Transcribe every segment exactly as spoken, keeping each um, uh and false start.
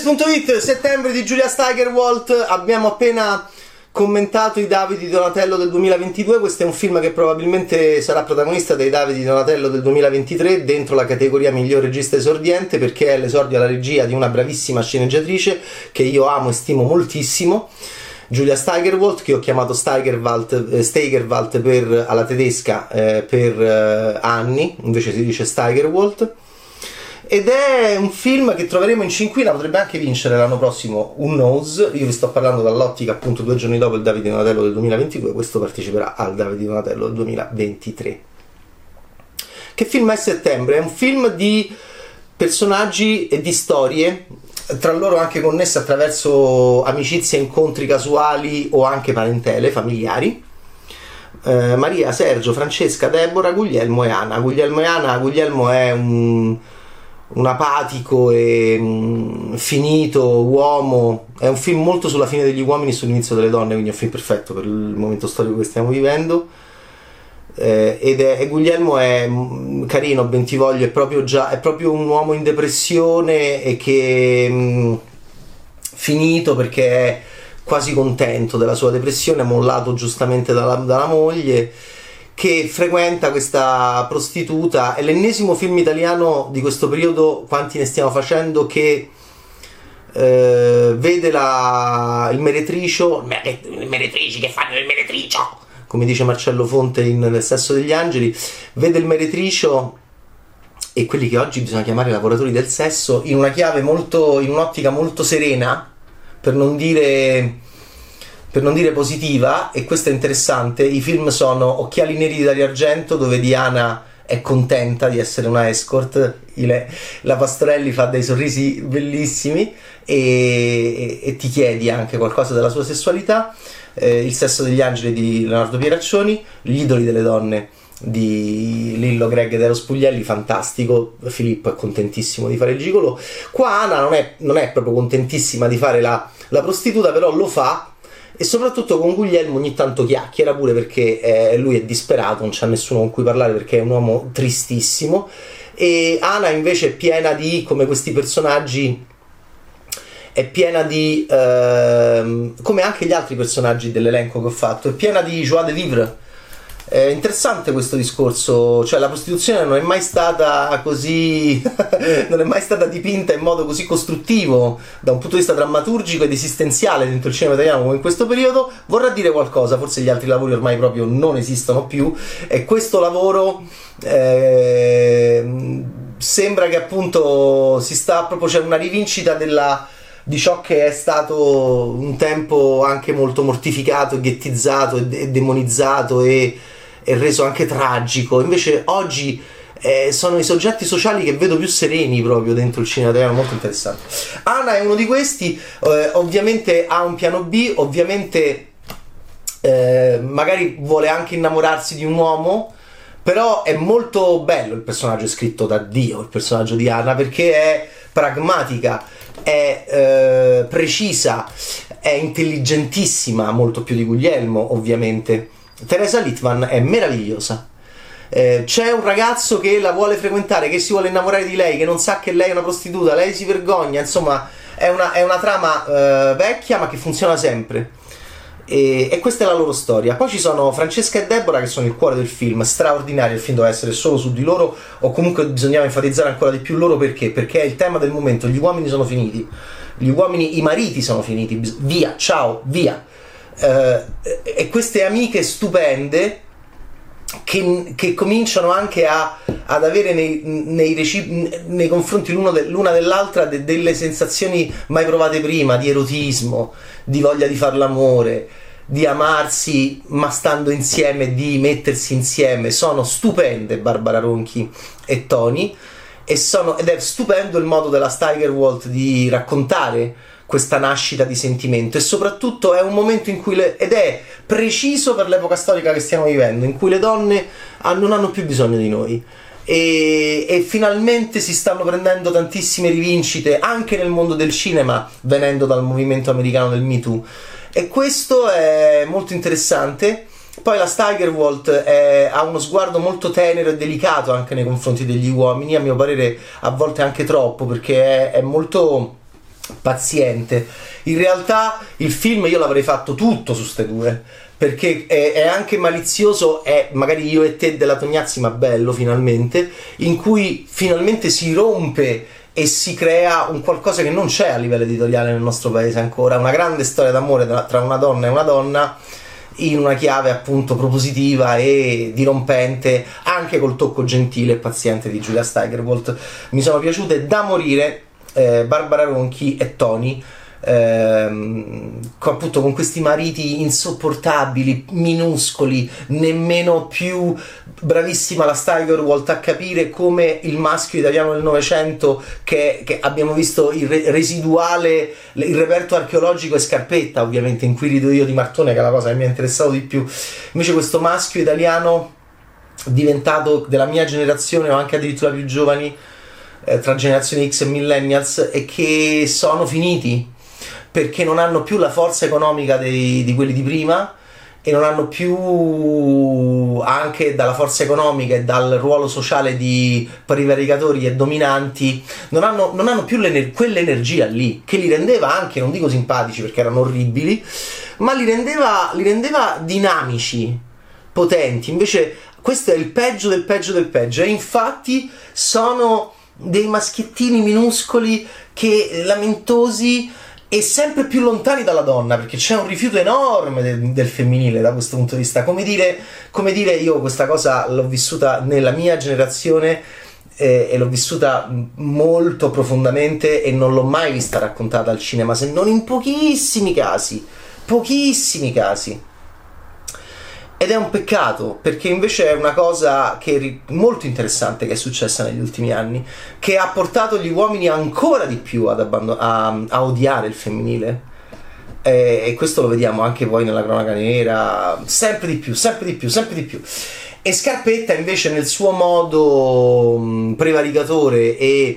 punto it, settembre di Julia Steigerwalt. Abbiamo appena commentato i Davide di Donatello del duemilaventidue. Questo è un film che probabilmente sarà protagonista dei Davide di Donatello del duemilaventitré, dentro la categoria miglior regista esordiente, perché è l'esordio alla regia di una bravissima sceneggiatrice che io amo e stimo moltissimo, Julia Steigerwalt, che ho chiamato Steigerwalt, eh, Steigerwalt per, alla tedesca eh, per eh, anni, invece si dice Steigerwalt. Ed è un film che troveremo in cinquina, potrebbe anche vincere l'anno prossimo, who knows. Io vi sto parlando dall'ottica appunto due giorni dopo il Davide di Donatello del duemilaventidue, questo parteciperà al Davide di Donatello del duemilaventitré. Che film è Settembre? È un film di personaggi e di storie, tra loro anche connesse attraverso amicizie, incontri casuali o anche parentele, familiari. Eh, Maria, Sergio, Francesca, Deborah, Guglielmo e Anna. Guglielmo e Anna, Guglielmo è un... un apatico e um, finito uomo. È un film molto sulla fine degli uomini e sull'inizio delle donne, quindi è un film perfetto per il momento storico che stiamo vivendo. Eh, ed è, e Guglielmo è um, carino, bentivoglio, è proprio, già, è proprio un uomo in depressione e che um, finito perché è quasi contento della sua depressione, mollato giustamente dalla, dalla moglie, che frequenta questa prostituta. È l'ennesimo film italiano di questo periodo, quanti ne stiamo facendo, che eh, vede la, il meretricio, i meretrici che fanno il meretricio, come dice Marcello Fonte in Nel sesso degli angeli, vede il meretricio e quelli che oggi bisogna chiamare lavoratori del sesso in una chiave molto, in un'ottica molto serena, per non dire... per non dire positiva, e questo è interessante. I film sono Occhiali neri di Dario Argento, dove Diana è contenta di essere una escort, il, la Pastorelli fa dei sorrisi bellissimi e, e, e ti chiedi anche qualcosa della sua sessualità. eh, Il sesso degli angeli di Leonardo Pieraccioni, Gli idoli delle donne di Lillo Greg ed Eero Spuglielli, fantastico. Filippo è contentissimo di fare il gigolo. Qua Anna non è, non è proprio contentissima di fare la, la prostituta, però lo fa. E soprattutto con Guglielmo ogni tanto chiacchiera pure, perché eh, lui è disperato, non c'ha nessuno con cui parlare perché è un uomo tristissimo. E Anna invece è piena di, come questi personaggi, è piena di, eh, come anche gli altri personaggi dell'elenco che ho fatto, è piena di joie de vivre. È interessante questo discorso, cioè la prostituzione non è mai stata così non è mai stata dipinta in modo così costruttivo da un punto di vista drammaturgico ed esistenziale dentro il cinema italiano come in questo periodo. Vorrà dire qualcosa, forse gli altri lavori ormai proprio non esistono più, e questo lavoro eh, sembra che appunto si sta proprio, c'è una rivincita della di ciò che è stato un tempo anche molto mortificato, ghettizzato e, e demonizzato e è reso anche tragico. Invece oggi eh, sono i soggetti sociali che vedo più sereni proprio dentro il cinema italiano, molto interessante. Anna è uno di questi, eh, ovviamente ha un piano B, ovviamente eh, magari vuole anche innamorarsi di un uomo, però è molto bello il personaggio, è scritto da Dio il personaggio di Anna, perché è pragmatica, è eh, precisa, è intelligentissima, molto più di Guglielmo ovviamente. Teresa Littman è meravigliosa. Eh, c'è un ragazzo che la vuole frequentare, che si vuole innamorare di lei, che non sa che lei è una prostituta, lei si vergogna, insomma è una, è una trama eh, vecchia ma che funziona sempre, e, e questa è la loro storia. Poi ci sono Francesca e Deborah, che sono il cuore del film, straordinario. Il film doveva essere solo su di loro, o comunque bisognava enfatizzare ancora di più loro, perché? Perché è il tema del momento. Gli uomini sono finiti, gli uomini, i mariti sono finiti, via, ciao, via. Uh, e queste amiche stupende che, che cominciano anche a, ad avere nei, nei, recip- nei confronti l'uno de- l'una dell'altra de- delle sensazioni mai provate prima, di erotismo, di voglia di far l'amore, di amarsi ma stando insieme, di mettersi insieme. Sono stupende Barbara Ronchi e Tony, e sono, ed è stupendo il modo della Steigerwalt di raccontare questa nascita di sentimento, e soprattutto è un momento in cui le, ed è preciso per l'epoca storica che stiamo vivendo, in cui le donne hanno, non hanno più bisogno di noi, e, e finalmente si stanno prendendo tantissime rivincite anche nel mondo del cinema, venendo dal movimento americano del Me Too, e questo è molto interessante. Poi la Steigerwalt è, ha uno sguardo molto tenero e delicato anche nei confronti degli uomini, a mio parere a volte anche troppo, perché è, è molto paziente. In realtà il film io l'avrei fatto tutto su ste due, perché è, è anche malizioso, è magari Io e te della Tognazzi, ma bello finalmente, in cui finalmente si rompe e si crea un qualcosa che non c'è a livello editoriale nel nostro paese ancora, una grande storia d'amore tra una donna e una donna in una chiave appunto propositiva e dirompente, anche col tocco gentile e paziente di Julia Steigerwalt. Mi sono piaciute da morire eh, Barbara Ronchi e Tony, ehm, con, appunto con questi mariti insopportabili, minuscoli, nemmeno più bravissima la Steigerwalt a capire come il maschio italiano del Novecento, che, che abbiamo visto il re- residuale, il reperto archeologico e Scarpetta, ovviamente, in cui rido io di Martone, che è la cosa che mi ha interessato di più. Invece questo maschio italiano diventato della mia generazione o anche addirittura più giovani, eh, tra generazioni X e millennials, e che sono finiti perché non hanno più la forza economica dei, di quelli di prima, e non hanno più, anche dalla forza economica e dal ruolo sociale di prevaricatori e dominanti, non hanno, non hanno più quell'energia lì, che li rendeva anche, non dico simpatici perché erano orribili, ma li rendeva, li rendeva dinamici, potenti. Invece questo è il peggio del peggio del peggio, e infatti sono dei maschiettini minuscoli che, lamentosi e sempre più lontani dalla donna, perché c'è un rifiuto enorme del, del femminile da questo punto di vista. Come dire, come dire, io questa cosa l'ho vissuta nella mia generazione eh, e l'ho vissuta molto profondamente, e non l'ho mai vista raccontata al cinema, se non in pochissimi casi, pochissimi casi. Ed è un peccato, perché invece è una cosa che è molto interessante che è successa negli ultimi anni, che ha portato gli uomini ancora di più ad abbandon- a, a odiare il femminile, e, e questo lo vediamo anche poi nella cronaca nera, sempre di più, sempre di più, sempre di più. E Scarpetta invece, nel suo modo mh, prevaricatore e,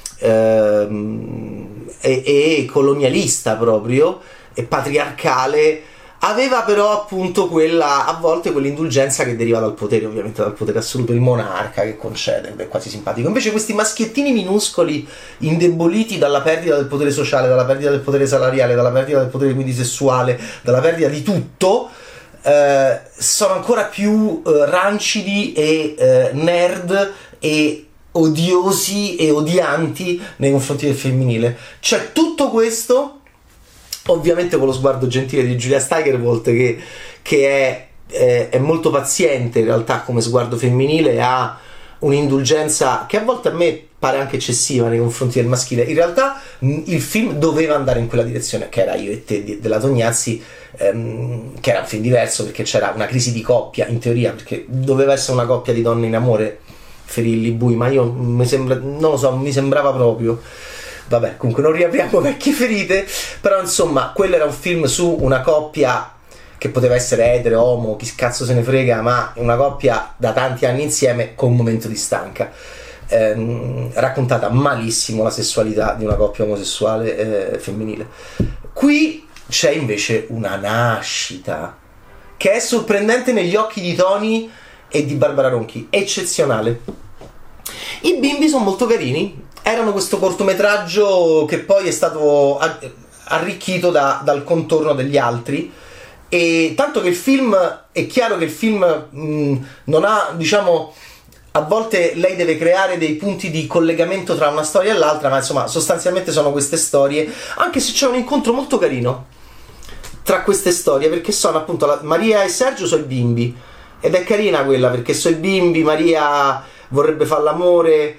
ehm, e, e colonialista proprio, e patriarcale, aveva però appunto quella, a volte quell'indulgenza che deriva dal potere, ovviamente dal potere assoluto, il monarca che concede, ed è quasi simpatico. Invece questi maschiettini minuscoli, indeboliti dalla perdita del potere sociale, dalla perdita del potere salariale, dalla perdita del potere quindi sessuale, dalla perdita di tutto, eh, sono ancora più eh, rancidi e eh, nerd e odiosi e odianti nei confronti del femminile. C'è tutto questo, ovviamente con lo sguardo gentile di Julia Steigerwalt, che, che è, è, è molto paziente in realtà come sguardo femminile, ha un'indulgenza che a volte a me pare anche eccessiva nei confronti del maschile. In realtà mh, il film doveva andare in quella direzione, che era Io e te di, della Tognazzi, ehm, che era un film diverso perché c'era una crisi di coppia, in teoria, perché doveva essere una coppia di donne in amore, Ferilli, Bui, ma io mi sembra, non lo so, mi sembrava proprio. Vabbè, comunque non riapriamo vecchie ferite, però insomma quello era un film su una coppia che poteva essere etero, homo, chi cazzo se ne frega, ma una coppia da tanti anni insieme con un momento di stanca. Ehm, raccontata malissimo la sessualità di una coppia omosessuale eh, femminile. Qui c'è invece una nascita che è sorprendente negli occhi di Tony e di Barbara Ronchi, eccezionale. I bimbi sono molto carini, erano questo cortometraggio che poi è stato arricchito da, dal contorno degli altri, e tanto che il film, è chiaro che il film mh, non ha, diciamo, a volte lei deve creare dei punti di collegamento tra una storia e l'altra, ma insomma sostanzialmente sono queste storie, anche se c'è un incontro molto carino tra queste storie, perché sono appunto la, Maria e Sergio sono i bimbi, ed è carina quella perché sono i bimbi, Maria vorrebbe fare l'amore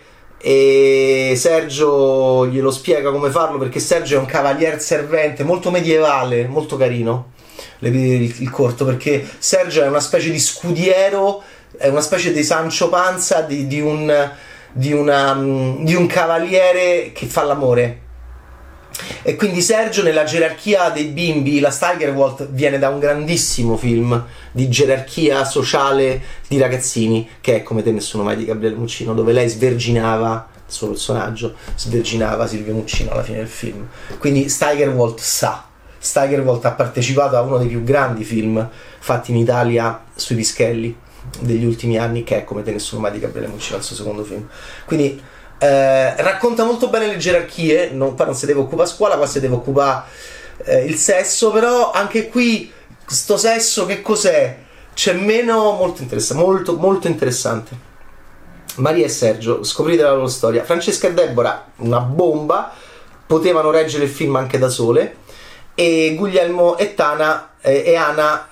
e Sergio glielo spiega come farlo, perché Sergio è un cavalier servente molto medievale, molto carino il, il corto, perché Sergio è una specie di scudiero, è una specie di Sancho Panza di, di, un, di, una, di un cavaliere che fa l'amore. E quindi Sergio, nella gerarchia dei bimbi, la Steigerwalt viene da un grandissimo film di gerarchia sociale di ragazzini, che è Come te nessuno mai di Gabriele Muccino, dove lei sverginava, il suo personaggio sverginava Silvio Muccino alla fine del film. Quindi Steigerwalt sa, Steigerwalt ha partecipato a uno dei più grandi film fatti in Italia sui pischelli degli ultimi anni, che è Come te nessuno mai di Gabriele Muccino, il suo secondo film. Quindi eh, racconta molto bene le gerarchie, non, qua non si deve occupare a scuola, qua si deve occupare eh, il sesso, però anche qui sto sesso che cos'è? C'è meno, molto interessante, molto, molto interessante. Maria e Sergio, scoprite la loro storia. Francesca e Deborah, una bomba, potevano reggere il film anche da sole, e Guglielmo e Tana eh, e Ana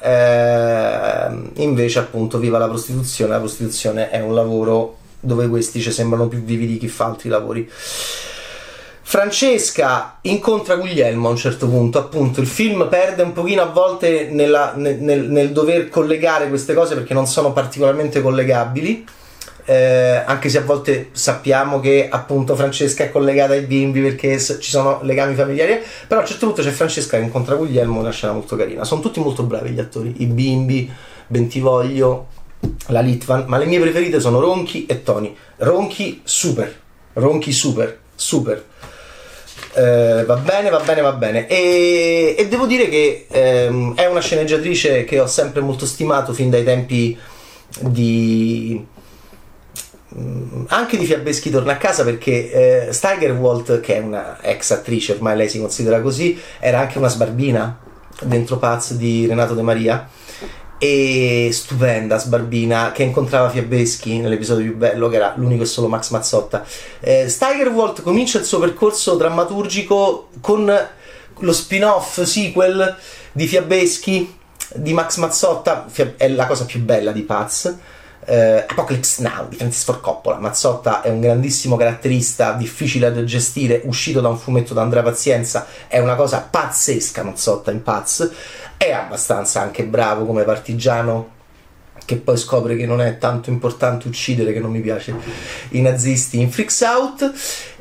eh, invece appunto viva la prostituzione. La prostituzione è un lavoro dove questi ci sembrano più vivi di chi fa altri lavori. Francesca incontra Guglielmo a un certo punto, appunto il film perde un pochino a volte nella, nel, nel, nel dover collegare queste cose perché non sono particolarmente collegabili, eh, anche se a volte sappiamo che appunto Francesca è collegata ai bimbi perché ci sono legami familiari, però a un certo punto c'è Francesca che incontra Guglielmo, una scena molto carina. Sono tutti molto bravi gli attori, i bimbi, Bentivoglio, la Litvan, ma le mie preferite sono Ronchi e Toni. Ronchi super, Ronchi super, super. Uh, va bene, va bene, va bene. E, e devo dire che um, è una sceneggiatrice che ho sempre molto stimato fin dai tempi di um, anche di Fiabeschi torna a casa, perché uh, Steigerwalt, che è una ex attrice, ormai lei si considera così, era anche una sbarbina dentro Paz di Renato De Maria, e stupenda sbarbina che incontrava Fiabeschi nell'episodio più bello, che era l'unico e solo Max Mazzotta. eh, Steigerwalt comincia il suo percorso drammaturgico con lo spin-off sequel di Fiabeschi di Max Mazzotta, è la cosa più bella di Paz. eh, Apocalypse Now di Francis Ford Coppola. Mazzotta è un grandissimo caratterista, difficile da gestire, uscito da un fumetto da Andrea Pazienza, è una cosa pazzesca Mazzotta in Paz. È abbastanza anche bravo come partigiano, che poi scopre che non è tanto importante uccidere, che non mi piace, i nazisti in Freaks Out.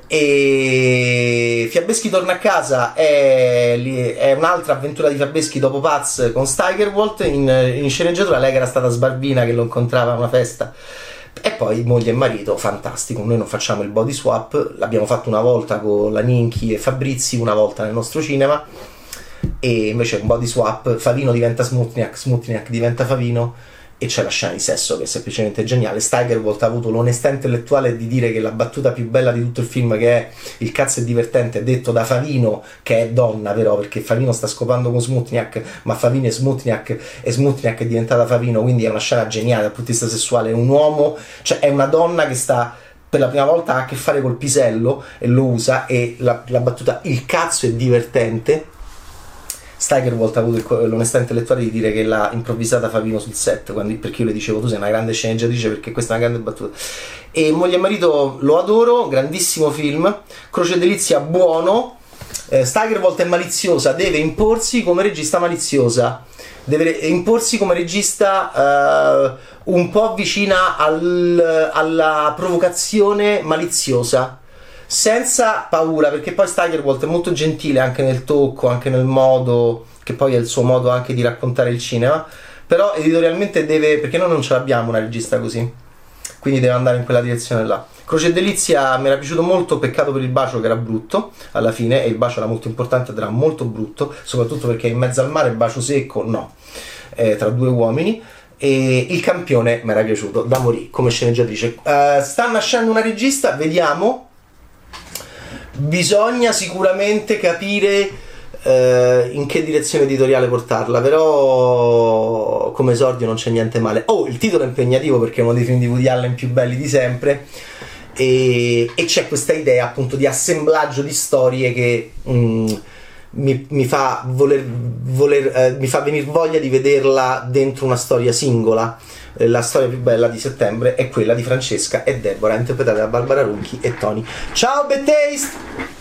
E Fiabeschi torna a casa è, è un'altra avventura di Fiabeschi dopo Paz con Steigerwalt in, in sceneggiatura. Lei che era stata sbarbina, che lo incontrava a una festa, e poi moglie e marito, fantastico. Noi non facciamo il body swap, l'abbiamo fatto una volta con la Ninchi e Fabrizi, una volta nel nostro cinema, e invece un body swap, Favino diventa Smutniak, Smutniak diventa Favino, e c'è la scena di sesso che è semplicemente geniale. Steigerwalt ha avuto l'onestà intellettuale di dire che la battuta più bella di tutto il film, che è il cazzo è divertente, detto da Favino, che è donna però, perché Favino sta scopando con Smutniak, ma Favino è Smutniak e Smutniak è diventata Favino, quindi è una scena geniale dal punto di vista sessuale. È un uomo, cioè è una donna che sta per la prima volta ha a che fare col pisello e lo usa, e la, la battuta il cazzo è divertente. Steigerwalt ha avuto l'onestà intellettuale di dire che l'ha improvvisata Favino sul set, quando, perché io le dicevo tu sei una grande sceneggiatrice, perché questa è una grande battuta. E Moglie e Marito lo adoro, grandissimo film. Croce Delizia buono. eh, Steigerwalt è maliziosa, deve imporsi come regista maliziosa, deve imporsi come regista uh, un po' vicina al, alla provocazione maliziosa, senza paura, perché poi Steigerwalt è molto gentile anche nel tocco, anche nel modo, che poi è il suo modo anche di raccontare il cinema, però editorialmente deve, perché noi non ce l'abbiamo una regista così, quindi deve andare in quella direzione là. Croce Delizia mi era piaciuto molto, peccato per il bacio che era brutto alla fine, e il bacio era molto importante ed era molto brutto, soprattutto perché in mezzo al mare, bacio secco, no, eh, tra due uomini. E Il Campione mi era piaciuto da morì come sceneggiatrice. Uh, sta nascendo una regista, vediamo. Bisogna sicuramente capire eh, in che direzione editoriale portarla, però come esordio non c'è niente male. Oh, il titolo è impegnativo perché è uno dei film di Woody Allen più belli di sempre, e, e c'è questa idea appunto di assemblaggio di storie che mm, mi, mi fa voler, voler eh, mi fa venire voglia di vederla dentro una storia singola. La storia più bella di settembre è quella di Francesca e Deborah, interpretate da Barbara Ronchi e Toni. Ciao Bad Taste!